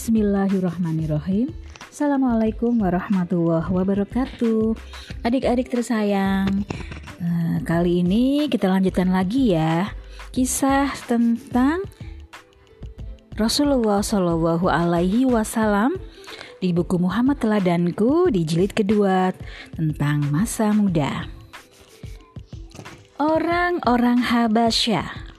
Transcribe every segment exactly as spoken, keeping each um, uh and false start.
Bismillahirrahmanirrahim. Assalamualaikum warahmatullahi wabarakatuh. Adik-adik tersayang, eh, kali ini kita lanjutkan lagi ya kisah tentang Rasulullah Shallallahu Alaihi Wasallam di buku Muhammad Teladanku di jilid kedua tentang masa muda. Orang-orang Habasyah.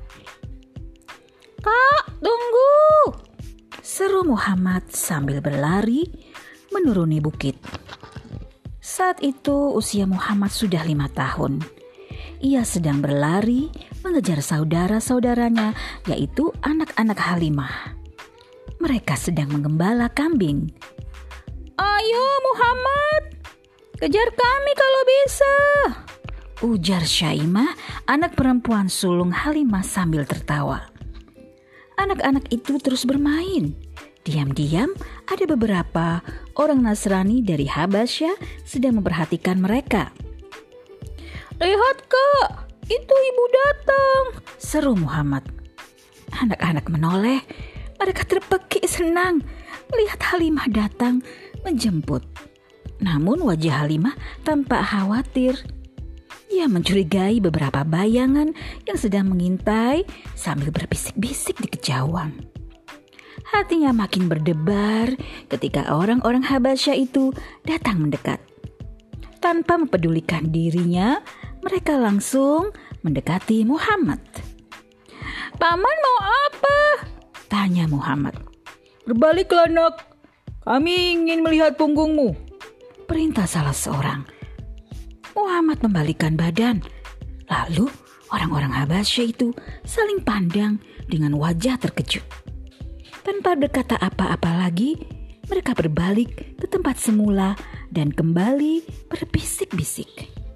Kak, tunggu! Seru Muhammad sambil berlari menuruni bukit. Saat itu usia Muhammad sudah lima tahun. Ia sedang berlari mengejar saudara-saudaranya, yaitu anak-anak Halimah. Mereka sedang menggembala kambing. Ayo Muhammad, kejar kami kalau bisa, ujar Syaimah, anak perempuan sulung Halimah sambil tertawa. Anak-anak itu terus bermain. Diam-diam ada beberapa orang Nasrani dari Habasyah sedang memperhatikan mereka. Lihat kak, itu ibu datang, seru Muhammad. Anak-anak menoleh. Mereka terpekik senang melihat Halimah datang menjemput. Namun wajah Halimah tampak khawatir. Ia mencurigai beberapa bayangan yang sedang mengintai sambil berbisik-bisik di kejauhan. Hatinya makin berdebar ketika orang-orang Habasyah itu datang mendekat. Tanpa mempedulikan dirinya, mereka langsung mendekati Muhammad. Paman mau apa? Tanya Muhammad. Berbaliklah nak, kami ingin melihat punggungmu, perintah salah seorang. Muhammad membalikkan badan. Lalu orang-orang Habasyah itu saling pandang dengan wajah terkejut. Tanpa berkata apa-apa lagi, mereka berbalik ke tempat semula dan kembali berbisik-bisik.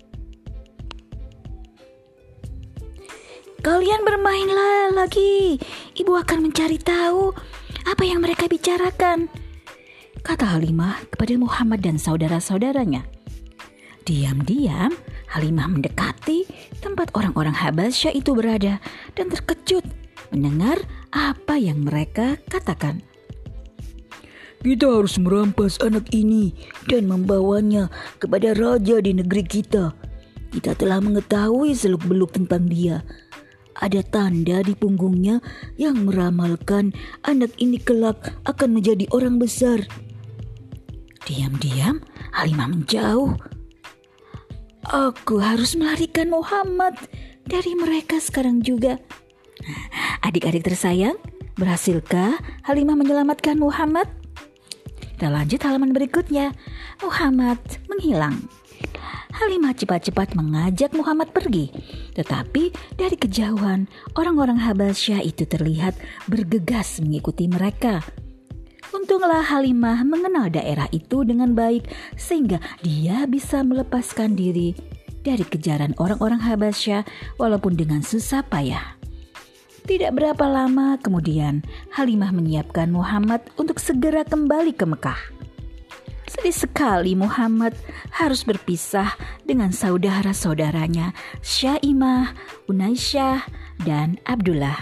Kalian bermainlah lagi. Ibu akan mencari tahu apa yang mereka bicarakan, kata Halimah kepada Muhammad dan saudara-saudaranya. Diam-diam Halimah mendekati tempat orang-orang Habasyah itu berada dan terkejut mendengar apa yang mereka katakan. Kita harus merampas anak ini dan membawanya kepada raja di negeri kita. Kita telah mengetahui seluk-beluk tentang dia. Ada tanda di punggungnya yang meramalkan anak ini kelak akan menjadi orang besar. Diam-diam Halimah menjauh. Aku harus melarikan Muhammad dari mereka sekarang juga. Adik-adik tersayang, berhasilkah Halimah menyelamatkan Muhammad? Kita lanjut halaman berikutnya. Muhammad menghilang. Halimah cepat-cepat mengajak Muhammad pergi. Tetapi dari kejauhan, orang-orang Habasyah itu terlihat bergegas mengikuti mereka. Untunglah Halimah mengenal daerah itu dengan baik sehingga dia bisa melepaskan diri dari kejaran orang-orang Habasyah walaupun dengan susah payah. Tidak berapa lama kemudian Halimah menyiapkan Muhammad untuk segera kembali ke Mekah. Sedih sekali Muhammad harus berpisah dengan saudara-saudaranya Syaimah, Unaisyah, dan Abdullah.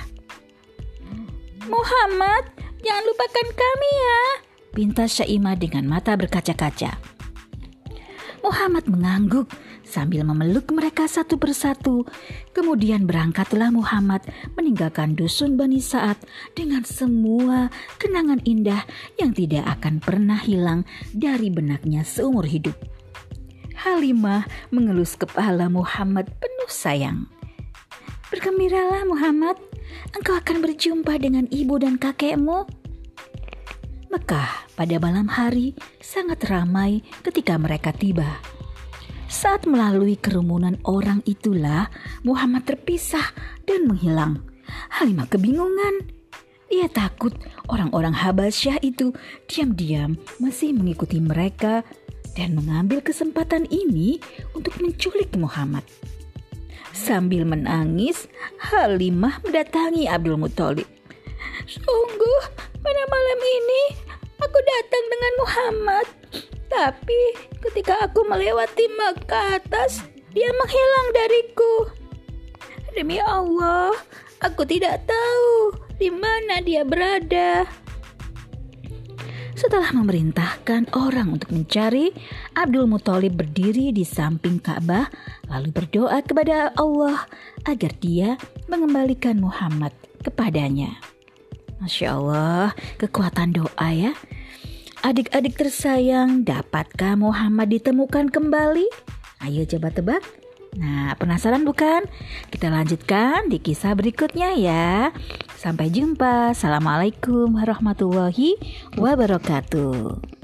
Muhammad, jangan lupakan kami ya, pinta Syaimah dengan mata berkaca-kaca. Muhammad mengangguk sambil memeluk mereka satu persatu. Kemudian berangkatlah Muhammad meninggalkan dusun Bani Sa'ad dengan semua kenangan indah yang tidak akan pernah hilang dari benaknya seumur hidup. Halimah mengelus kepala Muhammad penuh sayang. Bergembiralah Muhammad, engkau akan berjumpa dengan ibu dan kakekmu. Mekah pada malam hari sangat ramai ketika mereka tiba. Saat melalui kerumunan orang itulah Muhammad terpisah dan menghilang. Halimah kebingungan. Dia takut orang-orang Habasyah itu diam-diam masih mengikuti mereka dan mengambil kesempatan ini untuk menculik Muhammad. Sambil menangis, Halimah mendatangi Abdul Muthalib. Sungguh, pada malam ini aku datang dengan Muhammad. Tapi ketika aku melewati Mekah atas, dia menghilang dariku. Demi Allah, aku tidak tahu di mana dia berada. Setelah memerintahkan orang untuk mencari, Abdul Muthalib berdiri di samping Ka'bah lalu berdoa kepada Allah agar dia mengembalikan Muhammad kepadanya. Masya Allah, kekuatan doa ya. Adik-adik tersayang, dapatkah Muhammad ditemukan kembali? Ayo coba tebak. Nah, penasaran bukan? Kita lanjutkan di kisah berikutnya ya. Sampai jumpa. Assalamualaikum warahmatullahi wabarakatuh.